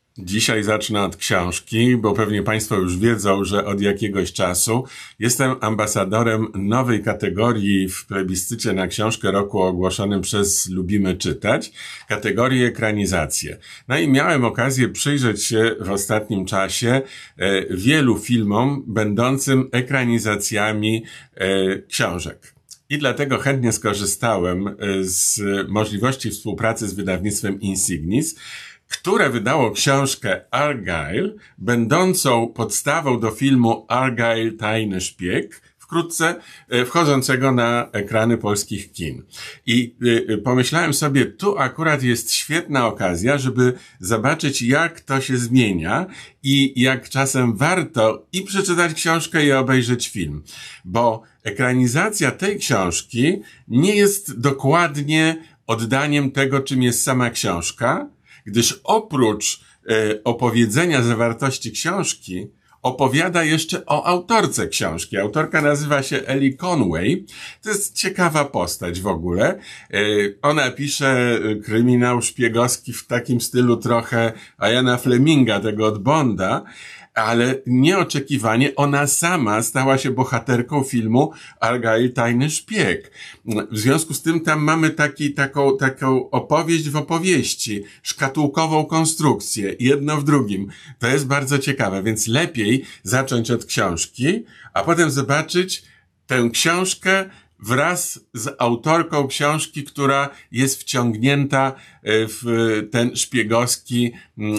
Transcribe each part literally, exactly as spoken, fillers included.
Dzisiaj zacznę od książki, bo pewnie Państwo już wiedzą, że od jakiegoś czasu jestem ambasadorem nowej kategorii w plebiscycie na książkę roku ogłoszonym przez Lubimy Czytać, kategorii ekranizacje. No i miałem okazję przyjrzeć się w ostatnim czasie e, wielu filmom będącym ekranizacjami e, książek. I dlatego chętnie skorzystałem z możliwości współpracy z wydawnictwem Insignis, które wydało książkę Argylle, będącą podstawą do filmu Argylle Tajny Szpieg, wkrótce wchodzącego na ekrany polskich kin. I y, pomyślałem sobie, tu akurat jest świetna okazja, żeby zobaczyć, jak to się zmienia i jak czasem warto i przeczytać książkę, i obejrzeć film. Bo ekranizacja tej książki nie jest dokładnie oddaniem tego, czym jest sama książka, gdyż oprócz e, opowiedzenia zawartości książki opowiada jeszcze o autorce książki. Autorka nazywa się Ellie Conway. To jest ciekawa postać w ogóle. E, ona pisze kryminał szpiegowski w takim stylu trochę Iana Fleminga, tego od Bonda, ale nieoczekiwanie ona sama stała się bohaterką filmu Argylle Tajny Szpieg. W związku z tym tam mamy taki, taką, taką opowieść w opowieści, szkatułkową konstrukcję, jedno w drugim. To jest bardzo ciekawe, więc lepiej zacząć od książki, a potem zobaczyć tę książkę wraz z autorką książki, która jest wciągnięta w ten szpiegowski,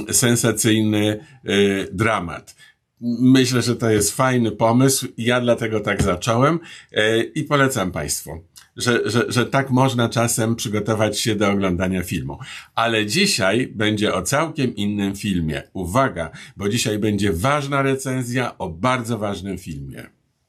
sensacyjny dramat. Myślę, że to jest fajny pomysł. Ja dlatego tak zacząłem i polecam Państwu, że, że, że tak można czasem przygotować się do oglądania filmu. Ale dzisiaj będzie o całkiem innym filmie. Uwaga, bo dzisiaj będzie ważna recenzja o bardzo ważnym filmie.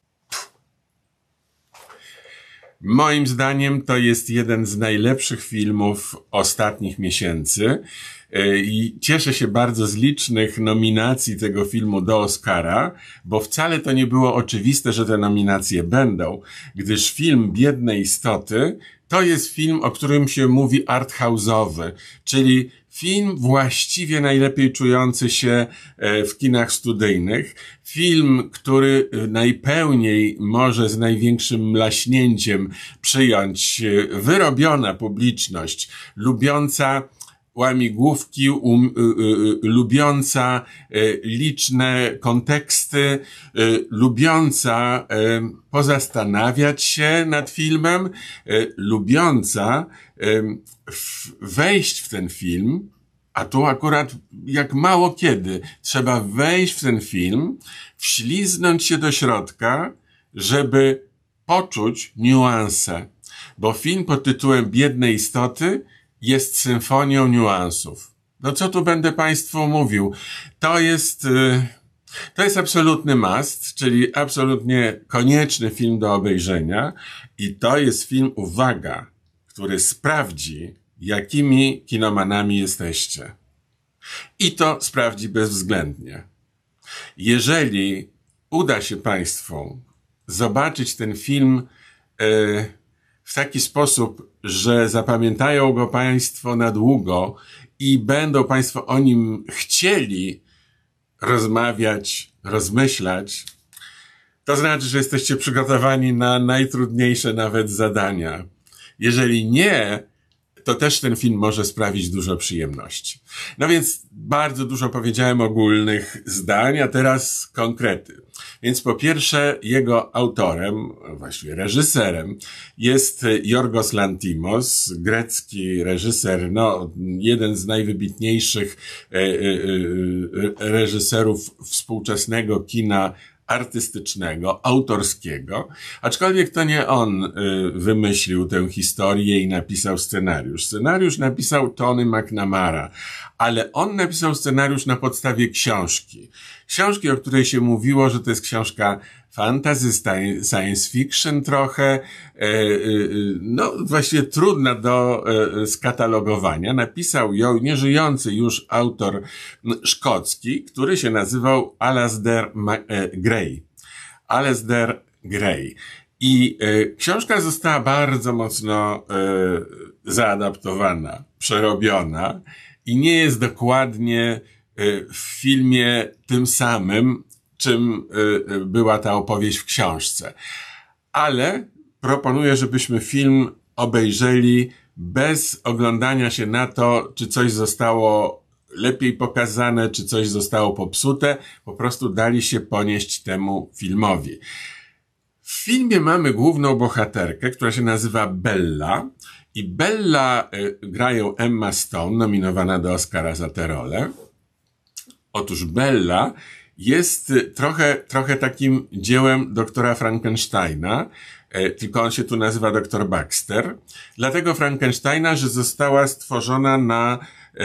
Moim zdaniem to jest jeden z najlepszych filmów ostatnich miesięcy i cieszę się bardzo z licznych nominacji tego filmu do Oscara, bo wcale to nie było oczywiste, że te nominacje będą, gdyż film Biedne istoty to jest film, o którym się mówi arthouse'owy, czyli film właściwie najlepiej czujący się w kinach studyjnych. Film, który najpełniej może z największym mlaśnięciem przyjąć wyrobiona publiczność, lubiąca łamigłówki, um, y, y, lubiąca y, liczne konteksty, y, lubiąca y, pozastanawiać się nad filmem, y, lubiąca y, w, wejść w ten film, a tu akurat jak mało kiedy trzeba wejść w ten film, wśliznąć się do środka, żeby poczuć niuanse, bo film pod tytułem Biedne istoty jest symfonią niuansów. No co tu będę Państwu mówił? To jest, to jest absolutny must, czyli absolutnie konieczny film do obejrzenia i to jest film, uwaga, który sprawdzi, jakimi kinomanami jesteście. I to sprawdzi bezwzględnie. Jeżeli uda się Państwu zobaczyć ten film yy, w taki sposób, że zapamiętają go Państwo na długo i będą Państwo o nim chcieli rozmawiać, rozmyślać, to znaczy, że jesteście przygotowani na najtrudniejsze nawet zadania. Jeżeli nie, to też ten film może sprawić dużo przyjemności. No więc bardzo dużo powiedziałem ogólnych zdań, a teraz konkrety. Więc po pierwsze jego autorem, właściwie reżyserem jest Yorgos Lanthimos, grecki reżyser, no jeden z najwybitniejszych e, e, e, reżyserów współczesnego kina artystycznego, autorskiego, aczkolwiek to nie on y, wymyślił tę historię i napisał scenariusz. Scenariusz napisał Tony McNamara, ale on napisał scenariusz na podstawie książki. Książki, o której się mówiło, że to jest książka fantasy, science fiction trochę, e, e, no właściwie trudna do e, skatalogowania. Napisał ją nieżyjący już autor szkocki, który się nazywał Alasdair Gray. Alasdair Gray. I e, książka została bardzo mocno e, zaadaptowana, przerobiona i nie jest dokładnie w filmie tym samym, czym była ta opowieść w książce. Ale proponuję, żebyśmy film obejrzeli bez oglądania się na to, czy coś zostało lepiej pokazane, czy coś zostało popsute. Po prostu dali się ponieść temu filmowi. W filmie mamy główną bohaterkę, która się nazywa Bella. I Bella y, gra ją Emma Stone, nominowana do Oscara za tę rolę. Otóż Bella jest trochę, trochę takim dziełem doktora Frankensteina, tylko on się tu nazywa doktor Baxter. Dlatego Frankensteina, że została stworzona na,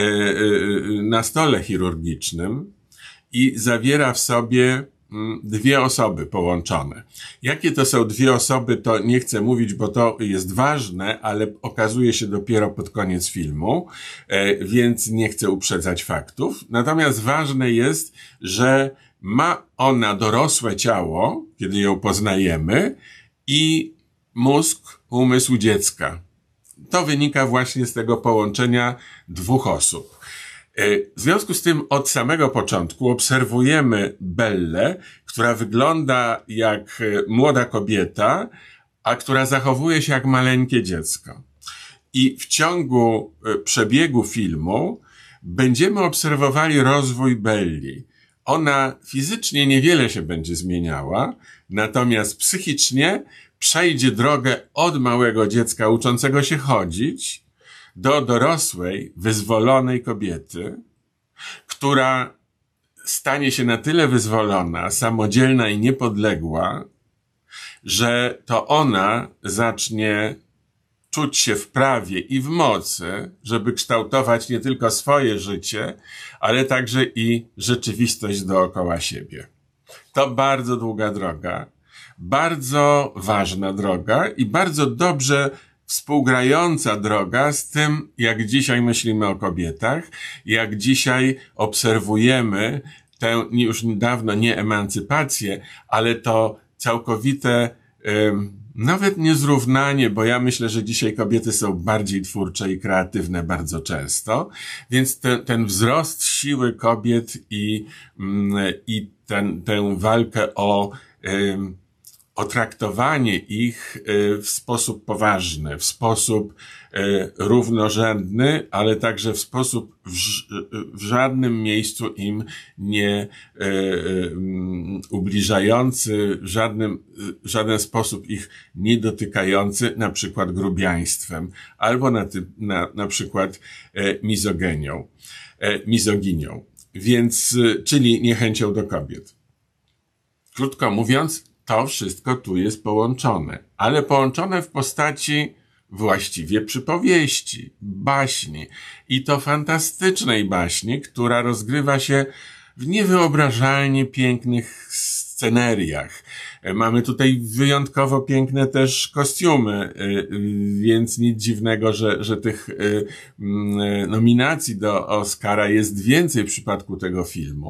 na stole chirurgicznym i zawiera w sobie dwie osoby połączone. Jakie to są dwie osoby, to nie chcę mówić, bo to jest ważne, ale okazuje się dopiero pod koniec filmu, więc nie chcę uprzedzać faktów. Natomiast ważne jest, że ma ona dorosłe ciało, kiedy ją poznajemy, i mózg, umysł dziecka. To wynika właśnie z tego połączenia dwóch osób. W związku z tym od samego początku obserwujemy Bellę, która wygląda jak młoda kobieta, a która zachowuje się jak maleńkie dziecko. I w ciągu przebiegu filmu będziemy obserwowali rozwój Belli. Ona fizycznie niewiele się będzie zmieniała, natomiast psychicznie przejdzie drogę od małego dziecka uczącego się chodzić do dorosłej, wyzwolonej kobiety, która stanie się na tyle wyzwolona, samodzielna i niepodległa, że to ona zacznie czuć się w prawie i w mocy, żeby kształtować nie tylko swoje życie, ale także i rzeczywistość dookoła siebie. To bardzo długa droga, bardzo ważna droga i bardzo dobrze współgrająca droga z tym, jak dzisiaj myślimy o kobietach, jak dzisiaj obserwujemy tę już dawno nie emancypację, ale to całkowite ym, nawet nie zrównanie, bo ja myślę, że dzisiaj kobiety są bardziej twórcze i kreatywne bardzo często, więc te, ten wzrost siły kobiet i, mm, i ten, tę walkę o ym, o traktowanie ich w sposób poważny, w sposób równorzędny, ale także w sposób w, w żadnym miejscu im nie ubliżający, w żadnym, w żaden sposób ich nie dotykający, na przykład grubiaństwem, albo na, ty, na, na przykład mizogenią, mizoginią, więc, czyli niechęcią do kobiet. Krótko mówiąc, to wszystko tu jest połączone, ale połączone w postaci właściwie przypowieści, baśni i to fantastycznej baśni, która rozgrywa się w niewyobrażalnie pięknych sceneriach. Mamy tutaj wyjątkowo piękne też kostiumy, więc nic dziwnego, że, że tych nominacji do Oscara jest więcej w przypadku tego filmu.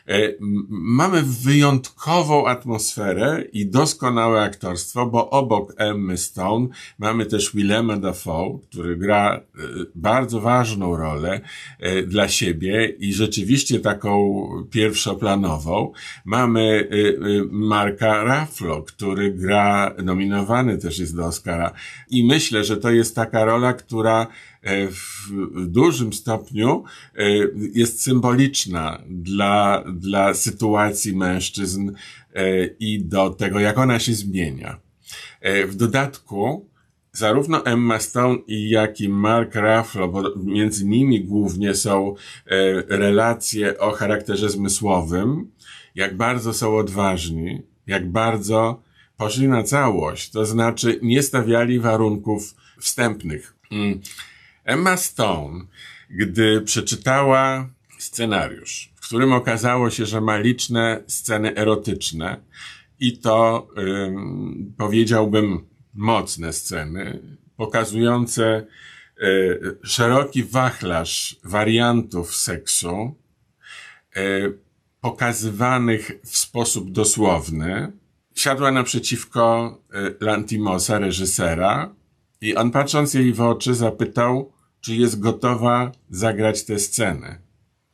Mamy wyjątkową atmosferę i doskonałe aktorstwo, bo obok Emmy Stone mamy też Willema Dafoe, który gra bardzo ważną rolę dla siebie i rzeczywiście taką pierwszoplanową. Mamy Marka Ruffalo, który gra, nominowany też jest do Oscara i myślę, że to jest taka rola, która w dużym stopniu jest symboliczna dla, dla sytuacji mężczyzn i do tego, jak ona się zmienia. W dodatku zarówno Emma Stone i jak i Mark Ruffalo, bo między nimi głównie są relacje o charakterze zmysłowym, jak bardzo są odważni, jak bardzo poszli na całość, to znaczy nie stawiali warunków wstępnych. Emma Stone, gdy przeczytała scenariusz, w którym okazało się, że ma liczne sceny erotyczne i to ym, powiedziałbym mocne sceny, pokazujące y, szeroki wachlarz wariantów seksu, y, pokazywanych w sposób dosłowny, siadła naprzeciwko y, Lantimosa, reżysera, i on, patrząc jej w oczy, zapytał, czy jest gotowa zagrać tę scenę.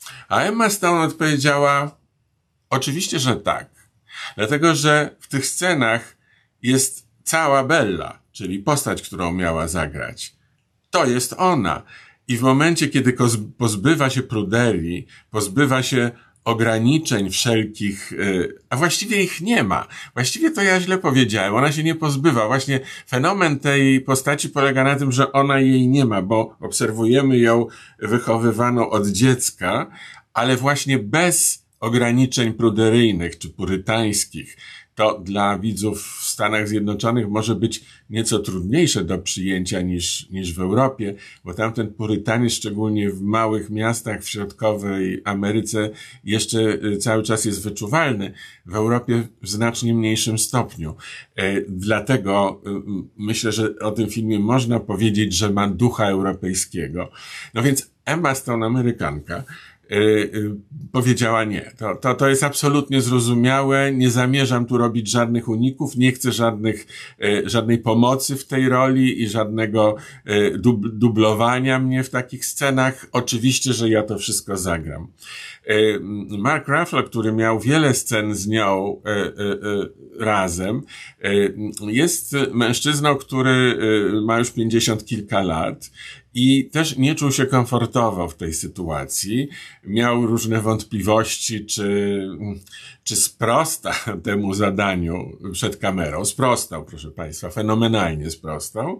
A Emma Stone odpowiedziała, oczywiście, że tak. Dlatego, że w tych scenach jest cała Bella, czyli postać, którą miała zagrać. To jest ona. I w momencie, kiedy pozbywa się pruderii, pozbywa się ograniczeń wszelkich, a właściwie ich nie ma. Właściwie to ja źle powiedziałem. Ona się nie pozbywa. Właśnie fenomen tej postaci polega na tym, że ona jej nie ma, bo obserwujemy ją wychowywaną od dziecka, ale właśnie bez ograniczeń pruderyjnych czy purytańskich. To dla widzów w Stanach Zjednoczonych może być nieco trudniejsze do przyjęcia niż, niż w Europie, bo tamten purytanizm, szczególnie w małych miastach w środkowej Ameryce, jeszcze cały czas jest wyczuwalny. W Europie w znacznie mniejszym stopniu. E, dlatego e, myślę, że o tym filmie można powiedzieć, że ma ducha europejskiego. No więc Emma Stone, Amerykanka, Yy, yy, powiedziała nie. To, to, to jest absolutnie zrozumiałe. Nie zamierzam tu robić żadnych uników. Nie chcę żadnych, yy, żadnej pomocy w tej roli i żadnego yy, dub, dublowania mnie w takich scenach. Oczywiście, że ja to wszystko zagram. Yy, Mark Ruffalo, który miał wiele scen z nią yy, yy, razem, yy, jest mężczyzną, który yy, ma już pięćdziesiąt kilka lat. I też nie czuł się komfortowo w tej sytuacji. Miał różne wątpliwości, czy, czy sprosta temu zadaniu przed kamerą. Sprostał, proszę Państwa, fenomenalnie sprostał.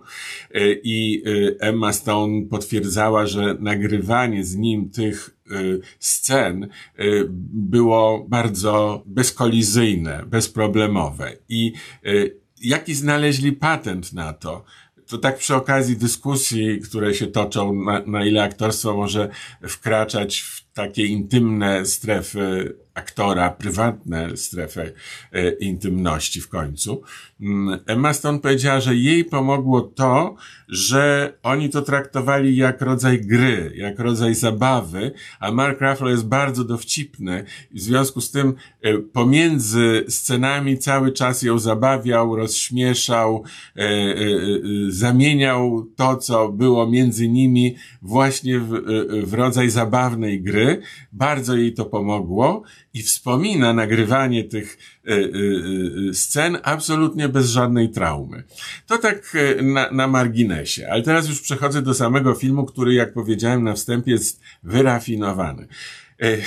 I Emma Stone potwierdzała, że nagrywanie z nim tych scen było bardzo bezkolizyjne, bezproblemowe. I jaki znaleźli patent na to? To tak przy okazji dyskusji, które się toczą, na, na ile aktorstwo może wkraczać w takie intymne strefy aktora, prywatne strefy e, intymności w końcu. Emma Stone powiedziała, że jej pomogło to, że oni to traktowali jak rodzaj gry, jak rodzaj zabawy, a Mark Ruffalo jest bardzo dowcipny i w związku z tym e, pomiędzy scenami cały czas ją zabawiał, rozśmieszał, e, e, zamieniał to, co było między nimi właśnie w, w rodzaj zabawnej gry. Bardzo jej to pomogło i wspomina nagrywanie tych y, y, y, scen absolutnie bez żadnej traumy. To tak na, na marginesie. Ale teraz już przechodzę do samego filmu, który, jak powiedziałem na wstępie, jest wyrafinowany. Y,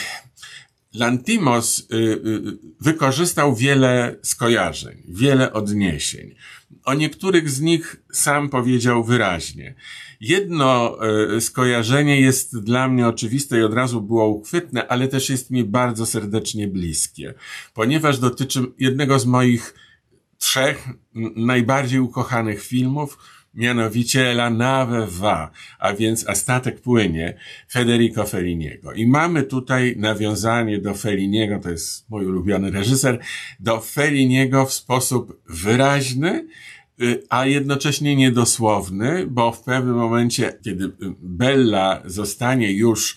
Lanthimos y, y, wykorzystał wiele skojarzeń, wiele odniesień. O niektórych z nich sam powiedział wyraźnie. Jedno y, skojarzenie jest dla mnie oczywiste i od razu było uchwytne, ale też jest mi bardzo serdecznie bliskie, ponieważ dotyczy jednego z moich trzech najbardziej ukochanych filmów, mianowicie La nave va, a więc A statek płynie, Federico Felliniego. I mamy tutaj nawiązanie do Felliniego, to jest mój ulubiony reżyser, do Felliniego w sposób wyraźny, a jednocześnie niedosłowny, bo w pewnym momencie, kiedy Bella zostanie już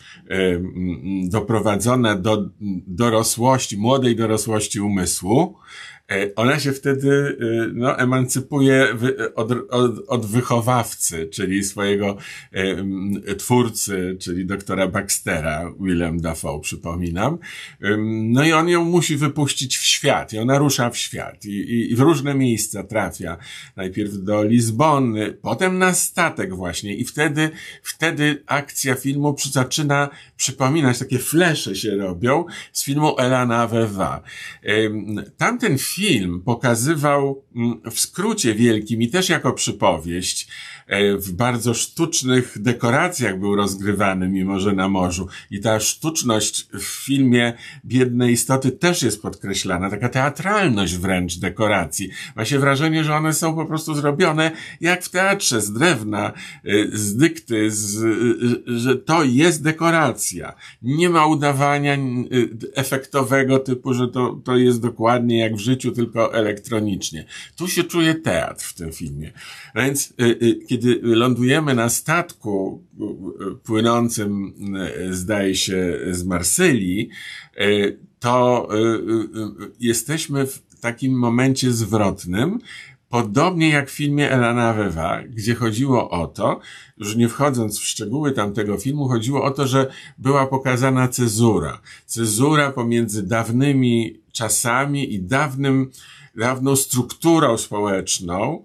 doprowadzona do dorosłości, młodej dorosłości umysłu, ona się wtedy no, emancypuje od, od, od wychowawcy, czyli swojego e, twórcy, czyli doktora Baxtera, Willem Dafoe, przypominam. No i on ją musi wypuścić w świat i ona rusza w świat i, i, i w różne miejsca trafia. Najpierw do Lizbony, potem na statek właśnie i wtedy, wtedy akcja filmu zaczyna przypominać, takie flesze się robią z filmu La nave va. Tamten film Film pokazywał w skrócie wielkim i też jako przypowieść, w bardzo sztucznych dekoracjach był rozgrywany, mimo że na morzu. I ta sztuczność w filmie Biedne istoty też jest podkreślana, taka teatralność wręcz dekoracji. Ma się wrażenie, że one są po prostu zrobione jak w teatrze, z drewna, z dykty, z, że to jest dekoracja. Nie ma udawania efektowego typu, że to, to jest dokładnie jak w życiu, tylko elektronicznie. Tu się czuje teatr w tym filmie. A więc kiedy lądujemy na statku płynącym, zdaje się, z Marsylii, to jesteśmy w takim momencie zwrotnym, Podobnie jak w filmie Elana Wewa, gdzie chodziło o to, już nie wchodząc w szczegóły tamtego filmu, chodziło o to, że była pokazana cezura. Cezura pomiędzy dawnymi czasami i dawnym, dawną strukturą społeczną,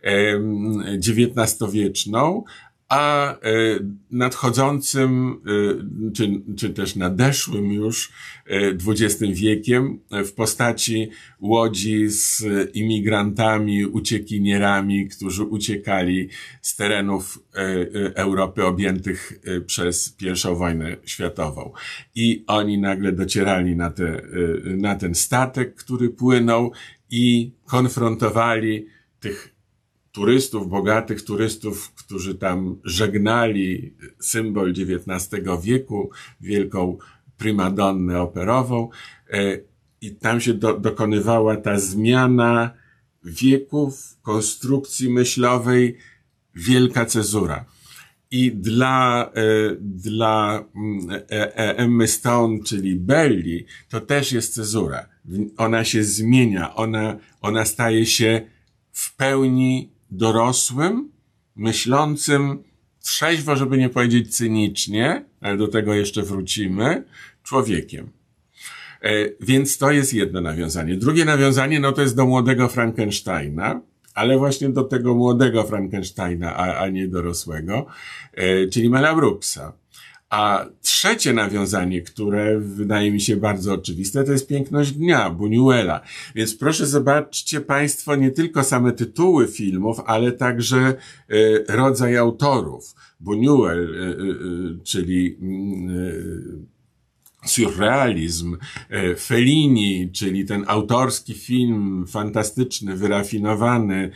dziewiętnastowieczną, a nadchodzącym, czy, czy też nadeszłym już dwudziestym wiekiem w postaci łodzi z imigrantami, uciekinierami, którzy uciekali z terenów Europy objętych przez pierwszą wojnę światową. I oni nagle docierali na, te, na ten statek, który płynął i konfrontowali tych turystów, bogatych turystów, którzy tam żegnali symbol dziewiętnastego wieku, wielką primadonnę operową, i tam się do, dokonywała ta zmiana wieków, konstrukcji myślowej, wielka cezura. I dla, dla Emmy Stone, czyli Belli, to też jest cezura. Ona się zmienia, ona, ona staje się w pełni dorosłym, myślącym trzeźwo, żeby nie powiedzieć cynicznie, ale do tego jeszcze wrócimy, człowiekiem. E, więc to jest jedno nawiązanie. Drugie nawiązanie, no to jest do młodego Frankensteina, ale właśnie do tego młodego Frankensteina, a, a nie dorosłego, e, czyli Mela Brooksa. A trzecie nawiązanie, które wydaje mi się bardzo oczywiste, to jest Piękność dnia, Buñuela. Więc proszę zobaczcie Państwo nie tylko same tytuły filmów, ale także y, rodzaj autorów. Buñuel, y, y, czyli y, surrealizm, Fellini, czyli ten autorski film fantastyczny, wyrafinowany,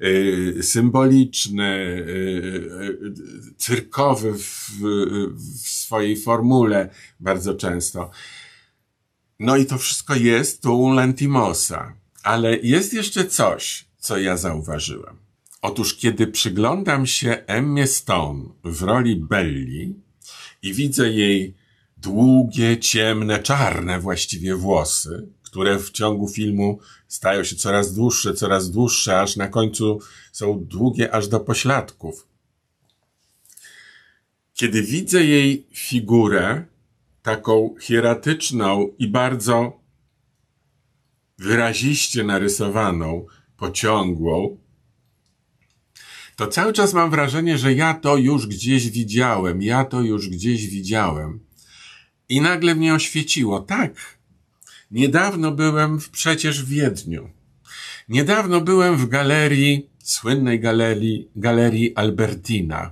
symboliczny, cyrkowy w, w swojej formule bardzo często. No i to wszystko jest u Lantimosa. Ale jest jeszcze coś, co ja zauważyłem. Otóż kiedy przyglądam się Emmie Stone w roli Belli i widzę jej długie, ciemne, czarne właściwie włosy, które w ciągu filmu stają się coraz dłuższe, coraz dłuższe, aż na końcu są długie aż do pośladków. Kiedy widzę jej figurę, taką hieratyczną i bardzo wyraziście narysowaną, pociągłą, to cały czas mam wrażenie, że ja to już gdzieś widziałem, ja to już gdzieś widziałem. I nagle mnie oświeciło. Tak, niedawno byłem w, przecież w Wiedniu. Niedawno byłem w galerii, słynnej galerii, galerii Albertina.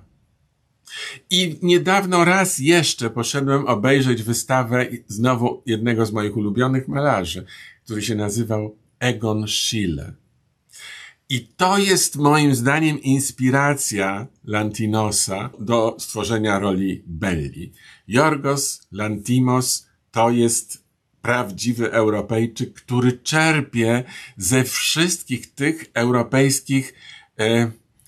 I niedawno raz jeszcze poszedłem obejrzeć wystawę znowu jednego z moich ulubionych malarzy, który się nazywał Egon Schiele. I to jest moim zdaniem inspiracja Lantinosa do stworzenia roli Belli. Jorgos Lanthimos to jest prawdziwy Europejczyk, który czerpie ze wszystkich tych europejskich e,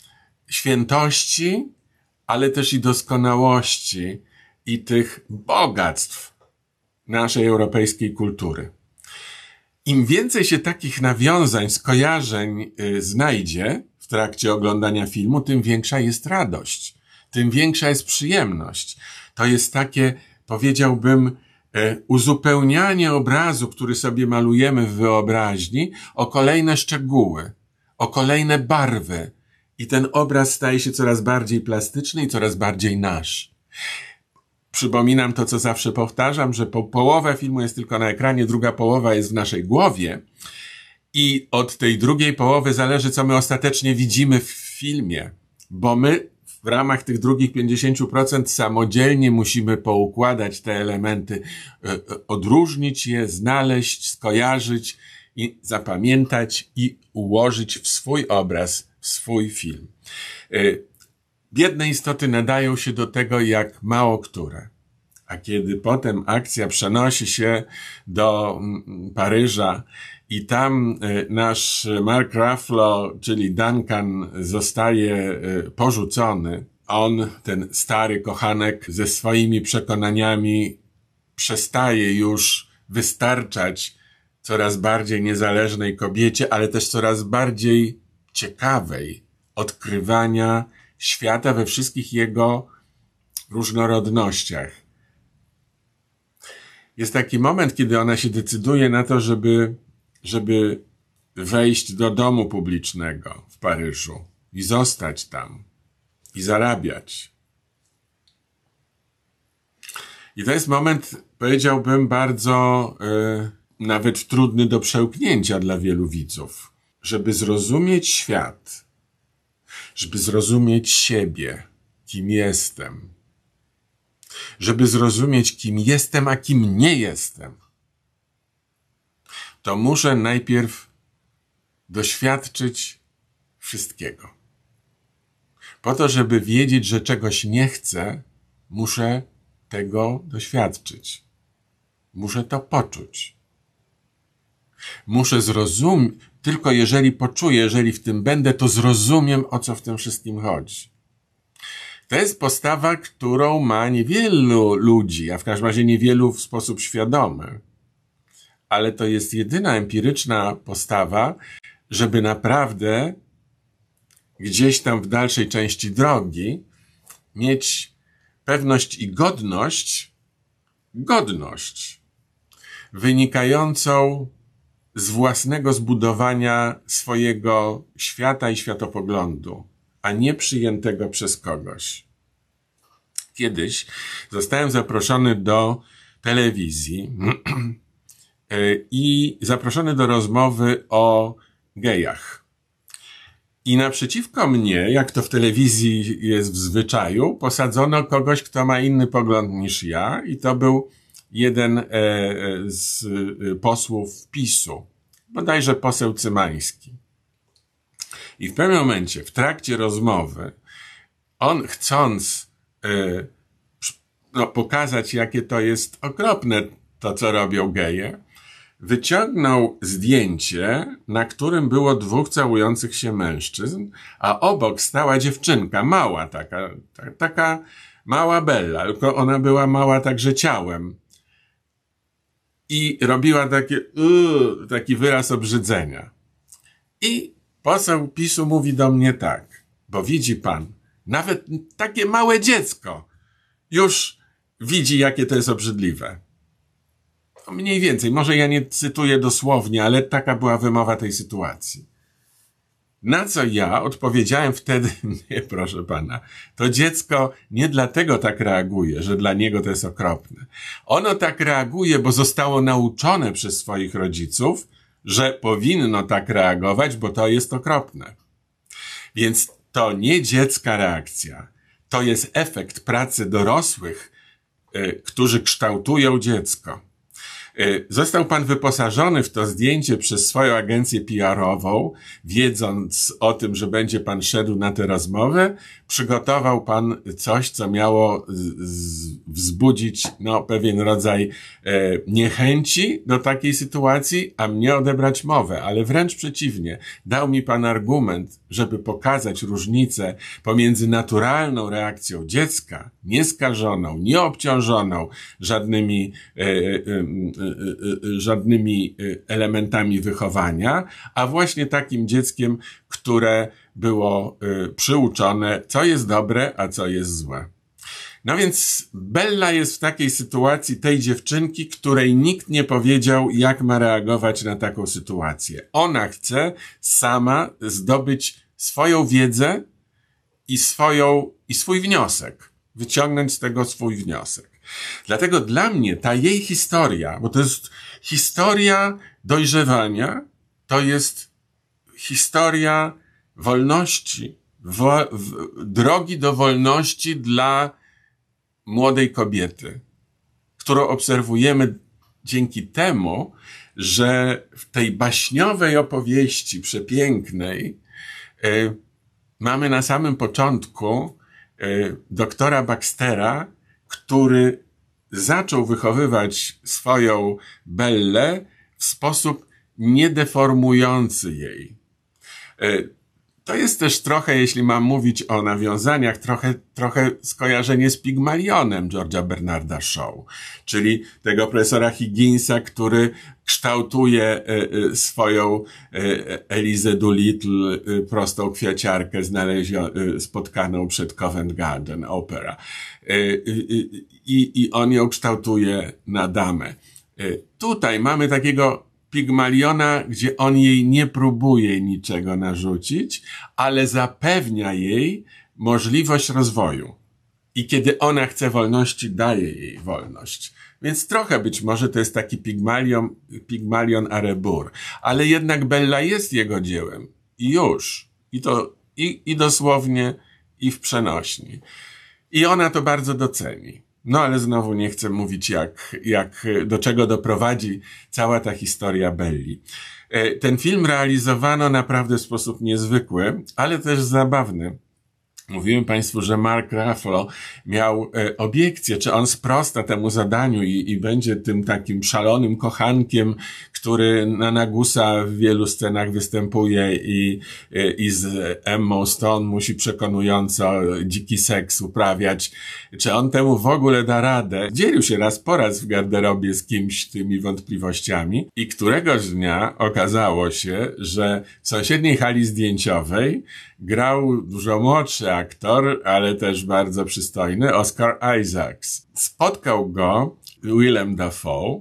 świętości, ale też i doskonałości i tych bogactw naszej europejskiej kultury. Im więcej się takich nawiązań, skojarzeń y, znajdzie w trakcie oglądania filmu, tym większa jest radość, tym większa jest przyjemność. To jest takie, powiedziałbym, y, uzupełnianie obrazu, który sobie malujemy w wyobraźni, o kolejne szczegóły, o kolejne barwy. I ten obraz staje się coraz bardziej plastyczny i coraz bardziej nasz. Przypominam to, co zawsze powtarzam, że po, połowa filmu jest tylko na ekranie, druga połowa jest w naszej głowie i od tej drugiej połowy zależy, co my ostatecznie widzimy w filmie, bo my w ramach tych drugich pięćdziesięciu procent samodzielnie musimy poukładać te elementy, odróżnić je, znaleźć, skojarzyć i zapamiętać i ułożyć w swój obraz, w swój film. Biedne istoty nadają się do tego jak mało które. A kiedy potem akcja przenosi się do Paryża i tam nasz Mark Ruffalo, czyli Duncan, zostaje porzucony, on, ten stary kochanek ze swoimi przekonaniami, przestaje już wystarczać coraz bardziej niezależnej kobiecie, ale też coraz bardziej ciekawej odkrywania świata we wszystkich jego różnorodnościach. Jest taki moment, kiedy ona się decyduje na to, żeby, żeby wejść do domu publicznego w Paryżu i zostać tam i zarabiać. I to jest moment, powiedziałbym, bardzo yy, nawet trudny do przełknięcia dla wielu widzów. Żeby zrozumieć świat, żeby zrozumieć siebie, kim jestem, żeby zrozumieć, kim jestem, a kim nie jestem, to muszę najpierw doświadczyć wszystkiego. Po to, żeby wiedzieć, że czegoś nie chcę, muszę tego doświadczyć. Muszę to poczuć. Muszę zrozumieć, tylko jeżeli poczuję, jeżeli w tym będę, to zrozumiem, o co w tym wszystkim chodzi. To jest postawa, którą ma niewielu ludzi, a w każdym razie niewielu w sposób świadomy. Ale to jest jedyna empiryczna postawa, żeby naprawdę gdzieś tam w dalszej części drogi mieć pewność i godność, godność wynikającą z własnego zbudowania swojego świata i światopoglądu, a nie przyjętego przez kogoś. Kiedyś zostałem zaproszony do telewizji i zaproszony do rozmowy o gejach. I naprzeciwko mnie, jak to w telewizji jest w zwyczaju, posadzono kogoś, kto ma inny pogląd niż ja, i to był jeden z posłów PiSu, bodajże poseł Cymański. I w pewnym momencie, w trakcie rozmowy, on chcąc no, pokazać, jakie to jest okropne, to co robią geje, wyciągnął zdjęcie, na którym było dwóch całujących się mężczyzn, a obok stała dziewczynka, mała taka, ta, taka mała Bella, tylko ona była mała także ciałem. I robiła takie, yy, taki wyraz obrzydzenia. I poseł PiSu mówi do mnie tak, bo widzi pan, nawet takie małe dziecko już widzi, jakie to jest obrzydliwe. Mniej więcej, może ja nie cytuję dosłownie, ale taka była wymowa tej sytuacji. Na co ja odpowiedziałem wtedy, nie proszę pana, to dziecko nie dlatego tak reaguje, że dla niego to jest okropne. Ono tak reaguje, bo zostało nauczone przez swoich rodziców, że powinno tak reagować, bo to jest okropne. Więc to nie dziecka reakcja, to jest efekt pracy dorosłych, yy, którzy kształtują dziecko. Został pan wyposażony w to zdjęcie przez swoją agencję P R-ową, wiedząc o tym, że będzie pan szedł na tę rozmowę, przygotował pan coś, co miało wzbudzić no, pewien rodzaj e, niechęci do takiej sytuacji, a mnie odebrać mowę, ale wręcz przeciwnie. Dał mi pan argument, żeby pokazać różnicę pomiędzy naturalną reakcją dziecka, nieskażoną, nieobciążoną żadnymi e, e, żadnymi elementami wychowania, a właśnie takim dzieckiem, które było przyuczone, co jest dobre, a co jest złe. No więc Bella jest w takiej sytuacji tej dziewczynki, której nikt nie powiedział, jak ma reagować na taką sytuację. Ona chce sama zdobyć swoją wiedzę i swoją, i swój wniosek. Wyciągnąć z tego swój wniosek. Dlatego dla mnie ta jej historia, bo to jest historia dojrzewania, to jest historia wolności, wo, w, drogi do wolności dla młodej kobiety, którą obserwujemy dzięki temu, że w tej baśniowej opowieści przepięknej y, mamy na samym początku y, doktora Baxtera, który zaczął wychowywać swoją Bellę w sposób niedeformujący jej. To jest też trochę, jeśli mam mówić o nawiązaniach, trochę, trochę skojarzenie z Pigmalionem George'a Bernarda Shaw, czyli tego profesora Higginsa, który kształtuje y, y, swoją y, Elizę Doolittle, y, prostą kwiaciarkę znalezio- y, spotkaną przed Covent Garden Opera. Y, y, y, I on ją kształtuje na damę. Y, tutaj mamy takiego Pigmaliona, gdzie on jej nie próbuje niczego narzucić, ale zapewnia jej możliwość rozwoju. I kiedy ona chce wolności, daje jej wolność. Więc trochę być może to jest taki Pigmalion, Pigmalion a rebours. Ale jednak Bella jest jego dziełem. I już. I to i, i dosłownie, i w przenośni. I ona to bardzo doceni. No ale znowu nie chcę mówić, jak, jak, do czego doprowadzi cała ta historia Belli. Ten film realizowano naprawdę w sposób niezwykły, ale też zabawny. Mówiłem Państwu, że Mark Ruffalo miał e, obiekcję, czy on sprosta temu zadaniu i, i będzie tym takim szalonym kochankiem, który na Nagusa w wielu scenach występuje i, e, i z Emmą Stone musi przekonująco dziki seks uprawiać. Czy on temu w ogóle da radę? Dzielił się raz po raz w garderobie z kimś tymi wątpliwościami i któregoś dnia okazało się, że w sąsiedniej hali zdjęciowej grał dużo młodszy aktor, ale też bardzo przystojny, Oscar Isaacs. Spotkał go Willem Dafoe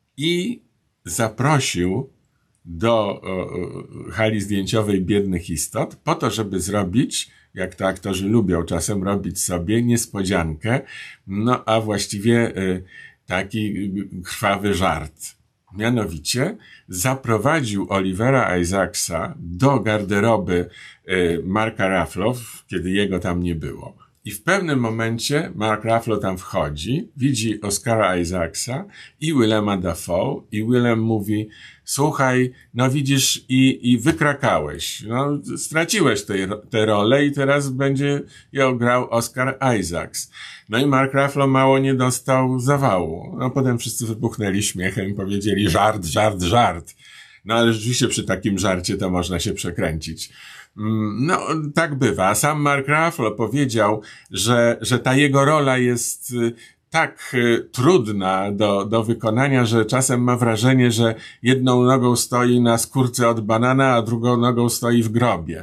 i zaprosił do o, hali zdjęciowej Biednych Istot po to, żeby zrobić, jak to aktorzy lubią czasem robić sobie, niespodziankę, no a właściwie y, taki krwawy żart. Mianowicie zaprowadził Olivera Isaacsa do garderoby y, Marka Ruffalo, kiedy jego tam nie było. I w pewnym momencie Mark Ruffalo tam wchodzi, widzi Oscara Isaacsa i Willema Dafoe i Willem mówi: słuchaj, no widzisz i, i wykrakałeś, no straciłeś tę rolę i teraz będzie ją grał Oscar Isaacs. No i Mark Ruffalo mało nie dostał zawału. No potem wszyscy wybuchnęli śmiechem i powiedzieli: żart, żart, żart. No ale rzeczywiście przy takim żarcie to można się przekręcić. No, tak bywa. Sam Mark Ruffalo powiedział, że, że ta jego rola jest tak trudna do, do wykonania, że czasem ma wrażenie, że jedną nogą stoi na skórce od banana, a drugą nogą stoi w grobie.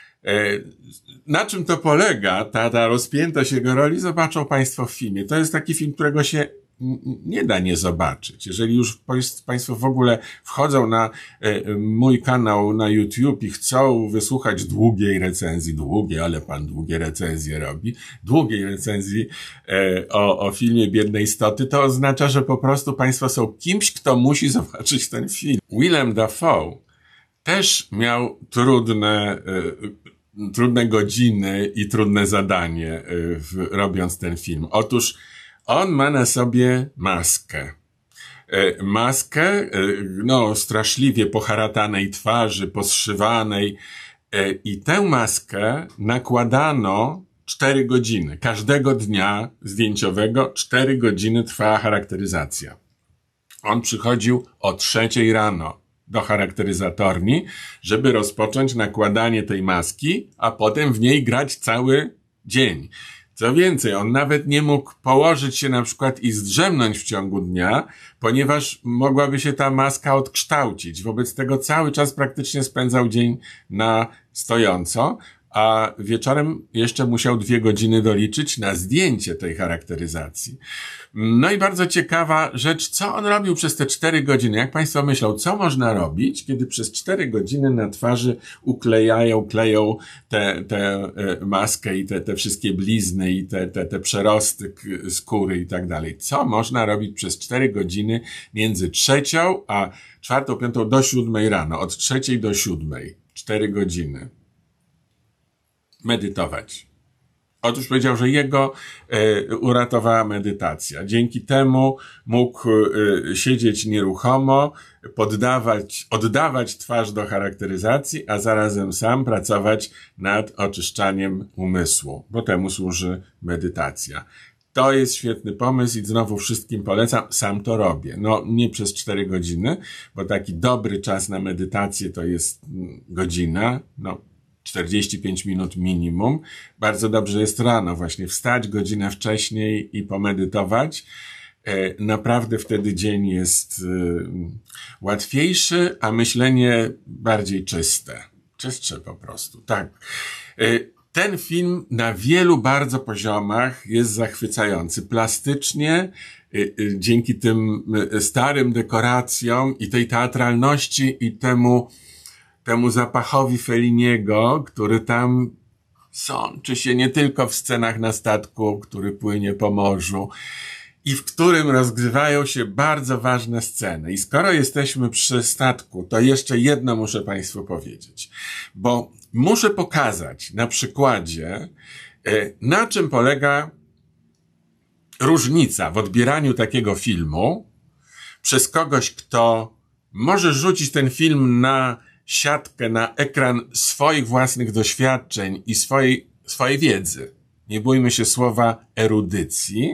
Na czym to polega, ta, ta rozpiętość jego roli, zobaczą Państwo w filmie. To jest taki film, którego się nie da nie zobaczyć. Jeżeli już Państwo w ogóle wchodzą na e, mój kanał na YouTube i chcą wysłuchać długiej recenzji, długiej, ale Pan długie recenzje robi, długiej recenzji e, o, o filmie Biedne Istoty, to oznacza, że po prostu Państwo są kimś, kto musi zobaczyć ten film. Willem Dafoe też miał trudne, e, trudne godziny i trudne zadanie e, w, robiąc ten film. Otóż on ma na sobie maskę. E, maskę, e, no, straszliwie poharatanej twarzy, poszywanej. E, I tę maskę nakładano cztery godziny. Każdego dnia zdjęciowego cztery godziny trwała charakteryzacja. On przychodził o trzeciej rano do charakteryzatorni, żeby rozpocząć nakładanie tej maski, a potem w niej grać cały dzień. Co więcej, on nawet nie mógł położyć się na przykład i zdrzemnąć w ciągu dnia, ponieważ mogłaby się ta maska odkształcić. Wobec tego cały czas praktycznie spędzał dzień na stojąco, a wieczorem jeszcze musiał dwie godziny doliczyć na zdjęcie tej charakteryzacji. No i bardzo ciekawa rzecz, co on robił przez te cztery godziny. Jak Państwo myślą, co można robić, kiedy przez cztery godziny na twarzy uklejają, kleją tę te, te maskę i te, te wszystkie blizny i te, te, te przerosty skóry i tak dalej. Co można robić przez cztery godziny między trzecią a czwartą, piątą do siódmej rano, od trzeciej do siódmej. Cztery godziny. Medytować. Otóż powiedział, że jego e, uratowała medytacja. Dzięki temu mógł e, siedzieć nieruchomo, poddawać, oddawać twarz do charakteryzacji, a zarazem sam pracować nad oczyszczaniem umysłu, bo temu służy medytacja. To jest świetny pomysł i znowu wszystkim polecam. Sam to robię. No, nie przez cztery godziny, bo taki dobry czas na medytację to jest godzina. No, czterdzieści pięć minut minimum. Bardzo dobrze jest rano właśnie wstać godzinę wcześniej i pomedytować. Naprawdę wtedy dzień jest łatwiejszy, a myślenie bardziej czyste. Czystsze po prostu, tak. Ten film na wielu bardzo poziomach jest zachwycający. Plastycznie, dzięki tym starym dekoracjom i tej teatralności i temu, temu zapachowi Felliniego, który tam sączy się nie tylko w scenach na statku, który płynie po morzu, i w którym rozgrywają się bardzo ważne sceny. I skoro jesteśmy przy statku, to jeszcze jedno muszę Państwu powiedzieć, bo muszę pokazać na przykładzie, na czym polega różnica w odbieraniu takiego filmu przez kogoś, kto może rzucić ten film na siatkę, na ekran swoich własnych doświadczeń i swojej, swojej wiedzy. Nie bójmy się słowa erudycji.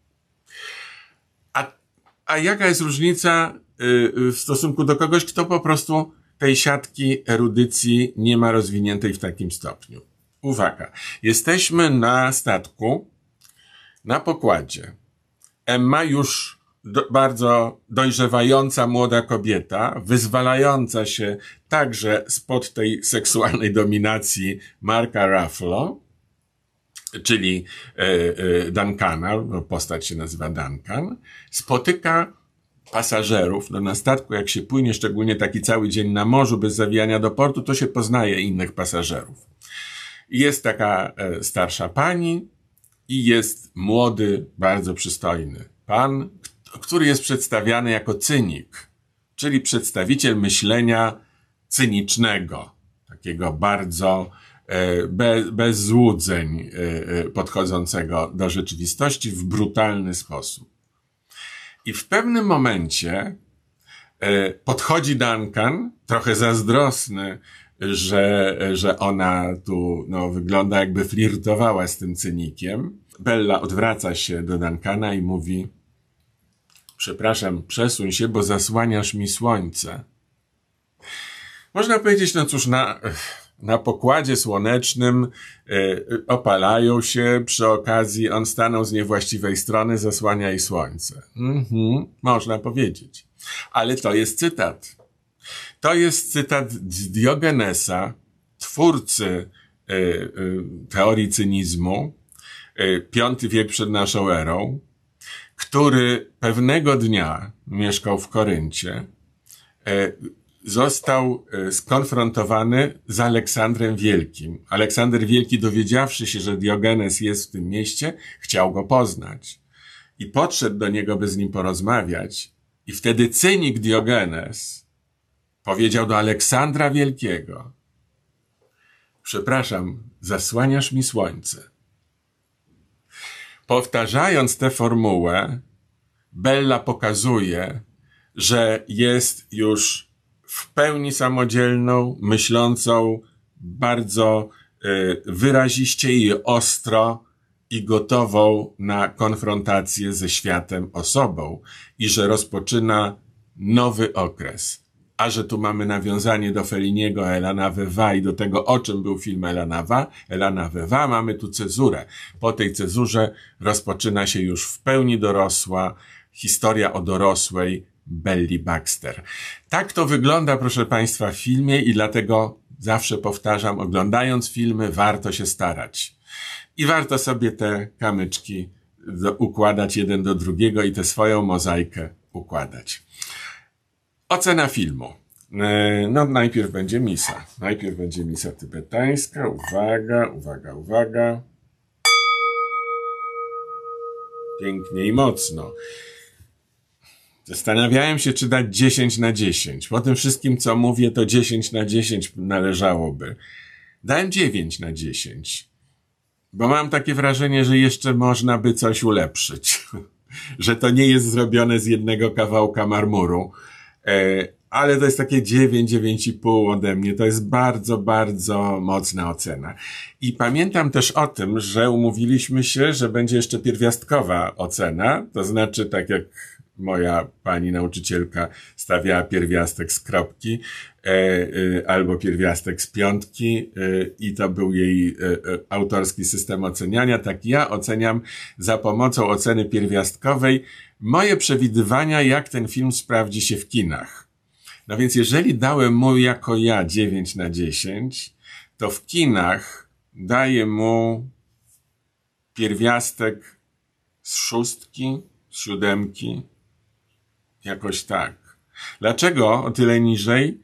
A, a jaka jest różnica yy, w stosunku do kogoś, kto po prostu tej siatki erudycji nie ma rozwiniętej w takim stopniu? Uwaga, jesteśmy na statku, na pokładzie. Emma już do, bardzo dojrzewająca młoda kobieta, wyzwalająca się także spod tej seksualnej dominacji Marka Ruffalo, czyli e, e, Duncana, bo postać się nazywa Duncan, spotyka pasażerów. No na statku, jak się płynie, szczególnie taki cały dzień na morzu, bez zawijania do portu, to się poznaje innych pasażerów. Jest taka e, starsza pani i jest młody, bardzo przystojny pan, który jest przedstawiany jako cynik, czyli przedstawiciel myślenia cynicznego, takiego bardzo Bez, bez złudzeń podchodzącego do rzeczywistości w brutalny sposób. I w pewnym momencie podchodzi Duncan, trochę zazdrosny, że, że ona tu no, wygląda jakby flirtowała z tym cynikiem. Bella odwraca się do Duncana i mówi: przepraszam, przesuń się, bo zasłaniasz mi słońce. Można powiedzieć, no cóż, na... Na pokładzie słonecznym y, opalają się, przy okazji on stanął z niewłaściwej strony, zasłania jej słońce. Mhm, można powiedzieć. Ale to jest cytat. To jest cytat z Diogenesa, twórcy y, y, teorii cynizmu, y, piąty wiek przed naszą erą, który pewnego dnia mieszkał w Koryncie, y, został skonfrontowany z Aleksandrem Wielkim. Aleksander Wielki, dowiedziawszy się, że Diogenes jest w tym mieście, chciał go poznać. I podszedł do niego, by z nim porozmawiać. I wtedy cynik Diogenes powiedział do Aleksandra Wielkiego: przepraszam, zasłaniasz mi słońce. Powtarzając tę formułę, Bella pokazuje, że jest już w pełni samodzielną, myślącą bardzo y, wyraziście i ostro i gotową na konfrontację ze światem osobą i że rozpoczyna nowy okres. A że tu mamy nawiązanie do Felliniego, Elana Wewa i do tego, o czym był film Elana Wewa, Elana Wewa, mamy tu cezurę. Po tej cezurze rozpoczyna się już w pełni dorosła historia o dorosłej Belli Baxter. Tak to wygląda, proszę Państwa, w filmie i dlatego zawsze powtarzam, oglądając filmy, warto się starać. I warto sobie te kamyczki do, układać jeden do drugiego i tę swoją mozaikę układać. Ocena filmu. No najpierw będzie misa. Najpierw będzie misa tybetańska. Uwaga, uwaga, uwaga. Pięknie i mocno. Zastanawiałem się, czy dać dziesięć na dziesięć. Po tym wszystkim, co mówię, to dziesięć na dziesięć należałoby. Dałem dziewięć na dziesięć. Bo mam takie wrażenie, że jeszcze można by coś ulepszyć. Że to nie jest zrobione z jednego kawałka marmuru. E, ale to jest takie dziewięć, dziewięć i pół ode mnie. To jest bardzo, bardzo mocna ocena. I pamiętam też o tym, że umówiliśmy się, że będzie jeszcze pierwiastkowa ocena. To znaczy, tak jak moja pani nauczycielka stawiała pierwiastek z kropki e, e, albo pierwiastek z piątki e, i to był jej e, e, autorski system oceniania. Tak ja oceniam za pomocą oceny pierwiastkowej moje przewidywania, jak ten film sprawdzi się w kinach. No więc jeżeli dałem mu jako ja dziewięć na dziesięć, to w kinach daję mu pierwiastek z szóstki, z siódemki, jakoś tak. Dlaczego o tyle niżej?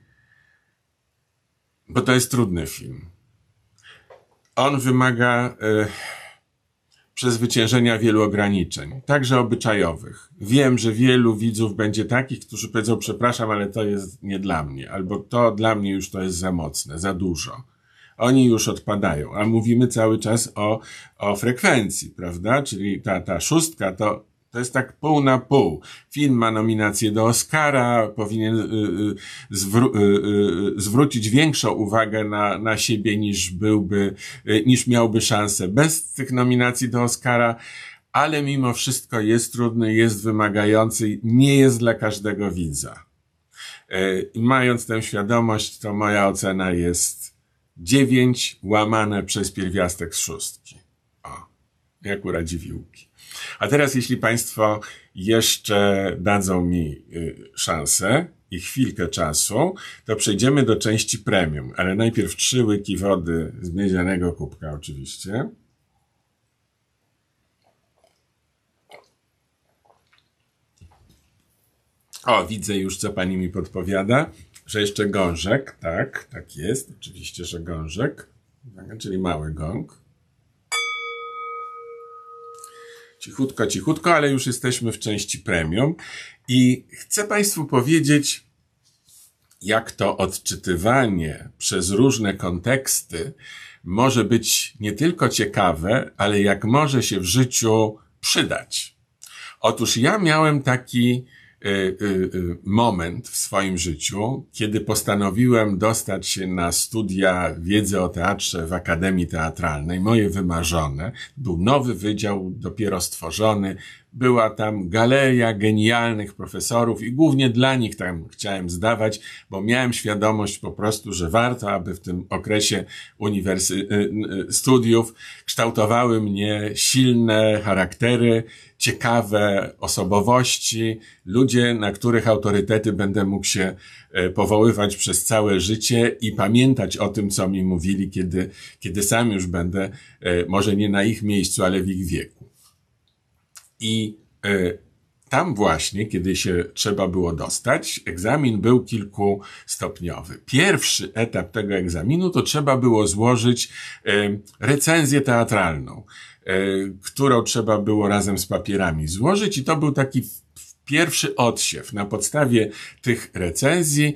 Bo to jest trudny film. On wymaga y, przezwyciężenia wielu ograniczeń, także obyczajowych. Wiem, że wielu widzów będzie takich, którzy powiedzą, przepraszam, ale to jest nie dla mnie, albo to dla mnie już to jest za mocne, za dużo. Oni już odpadają, a mówimy cały czas o, o frekwencji, prawda? Czyli ta, ta szóstka to, to jest tak pół na pół. Film ma nominację do Oscara, powinien y, y, zwró- y, y, zwrócić większą uwagę na, na siebie niż byłby, y, niż miałby szansę bez tych nominacji do Oscara, ale mimo wszystko jest trudny, jest wymagający, nie jest dla każdego widza. Y, mając tę świadomość, to moja ocena jest dziewięć łamane przez pierwiastek z szóstki. O, jak u Radziwiłłki. A teraz, jeśli Państwo jeszcze dadzą mi y, szansę i chwilkę czasu, to przejdziemy do części premium. Ale najpierw trzy łyki wody z miedzianego kubka oczywiście. O, widzę już, co Pani mi podpowiada. Że jeszcze gążek, tak, tak jest, oczywiście, że gążek, czyli mały gong. Cichutko, cichutko, ale już jesteśmy w części premium i chcę Państwu powiedzieć, jak to odczytywanie przez różne konteksty może być nie tylko ciekawe, ale jak może się w życiu przydać. Otóż ja miałem taki moment w swoim życiu, kiedy postanowiłem dostać się na studia wiedzy o teatrze w Akademii Teatralnej, moje wymarzone. Był nowy wydział, dopiero stworzony. Była tam galeria genialnych profesorów i głównie dla nich tam chciałem zdawać, bo miałem świadomość po prostu, że warto, aby w tym okresie uniwersy- studiów kształtowały mnie silne charaktery, ciekawe osobowości, ludzie, na których autorytety będę mógł się powoływać przez całe życie i pamiętać o tym, co mi mówili, kiedy, kiedy sam już będę, może nie na ich miejscu, ale w ich wieku. I y, tam właśnie, kiedy się trzeba było dostać, egzamin był kilkustopniowy. Pierwszy etap tego egzaminu to trzeba było złożyć y, recenzję teatralną, y, którą trzeba było razem z papierami złożyć i to był taki pierwszy odsiew. Na podstawie tych recenzji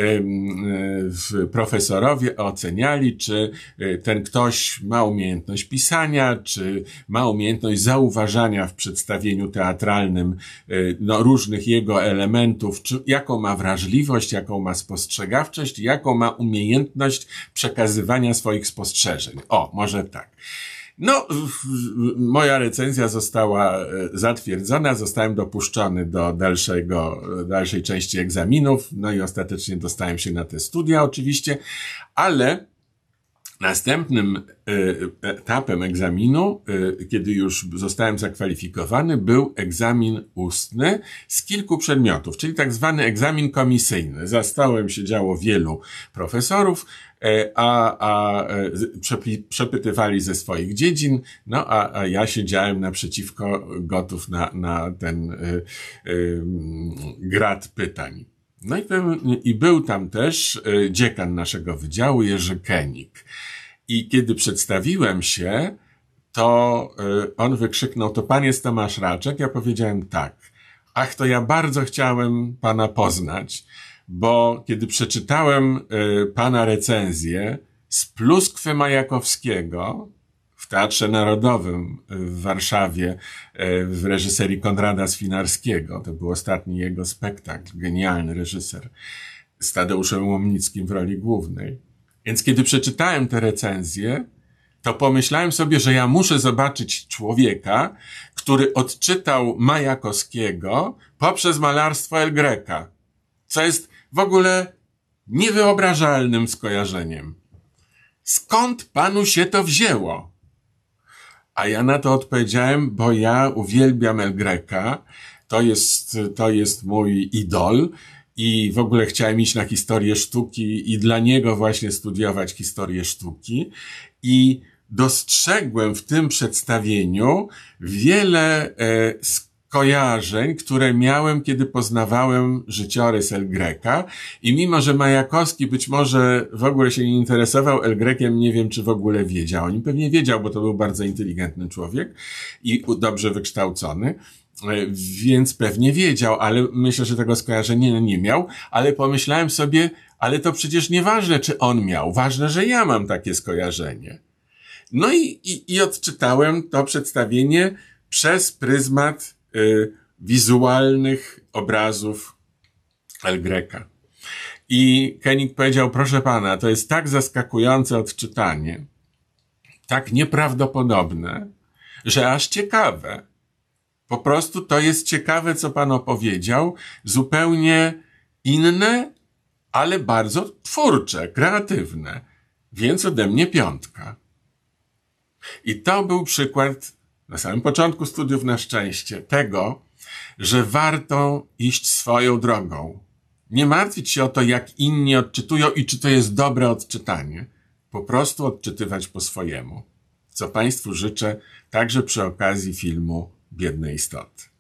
profesorowie oceniali, czy ten ktoś ma umiejętność pisania, czy ma umiejętność zauważania w przedstawieniu teatralnym no, różnych jego elementów, czy jaką ma wrażliwość, jaką ma spostrzegawczość, jaką ma umiejętność przekazywania swoich spostrzeżeń. O, może tak. No, moja recenzja została zatwierdzona, zostałem dopuszczony do dalszego, dalszej części egzaminów, no i ostatecznie dostałem się na te studia oczywiście, ale następnym etapem egzaminu, kiedy już zostałem zakwalifikowany, był egzamin ustny z kilku przedmiotów, czyli tak zwany egzamin komisyjny. Za stołem siedziało wielu profesorów, a, a przepytywali ze swoich dziedzin, no a, a ja siedziałem naprzeciwko, gotów na, na ten y, y, grad pytań. No i, i był tam też dziekan naszego wydziału, Jerzy Kenik. I kiedy przedstawiłem się, to on wykrzyknął, to pan jest Tomasz Raczek? Ja powiedziałem tak. Ach, to ja bardzo chciałem pana poznać, bo kiedy przeczytałem pana recenzję z Pluskwy Majakowskiego w Teatrze Narodowym w Warszawie w reżyserii Konrada Swinarskiego, to był ostatni jego spektakl, genialny reżyser, z Tadeuszem Łomnickim w roli głównej. Więc kiedy przeczytałem tę recenzję, to pomyślałem sobie, że ja muszę zobaczyć człowieka, który odczytał Majakowskiego poprzez malarstwo El Greca, co jest w ogóle niewyobrażalnym skojarzeniem. Skąd panu się to wzięło? A ja na to odpowiedziałem, bo ja uwielbiam El Greca, to jest, to jest mój idol i w ogóle chciałem iść na historię sztuki i dla niego właśnie studiować historię sztuki i dostrzegłem w tym przedstawieniu wiele e, skojarzeń, które miałem, kiedy poznawałem życiorys El Greca i mimo, że Majakowski być może w ogóle się nie interesował El Greciem, nie wiem, czy w ogóle wiedział. On pewnie wiedział, bo to był bardzo inteligentny człowiek i dobrze wykształcony, więc pewnie wiedział, ale myślę, że tego skojarzenia nie miał, ale pomyślałem sobie, ale to przecież nieważne, czy on miał, ważne, że ja mam takie skojarzenie. No i, i, i odczytałem to przedstawienie przez pryzmat y, wizualnych obrazów El Greca. I Koenig powiedział, proszę pana, to jest tak zaskakujące odczytanie, tak nieprawdopodobne, że aż ciekawe. Po prostu to jest ciekawe, co pan opowiedział, zupełnie inne, ale bardzo twórcze, kreatywne. Więc ode mnie piątka. I to był przykład na samym początku studiów na szczęście tego, że warto iść swoją drogą. Nie martwić się o to, jak inni odczytują i czy to jest dobre odczytanie. Po prostu odczytywać po swojemu. Co państwu życzę także przy okazji filmu Biedne istoty.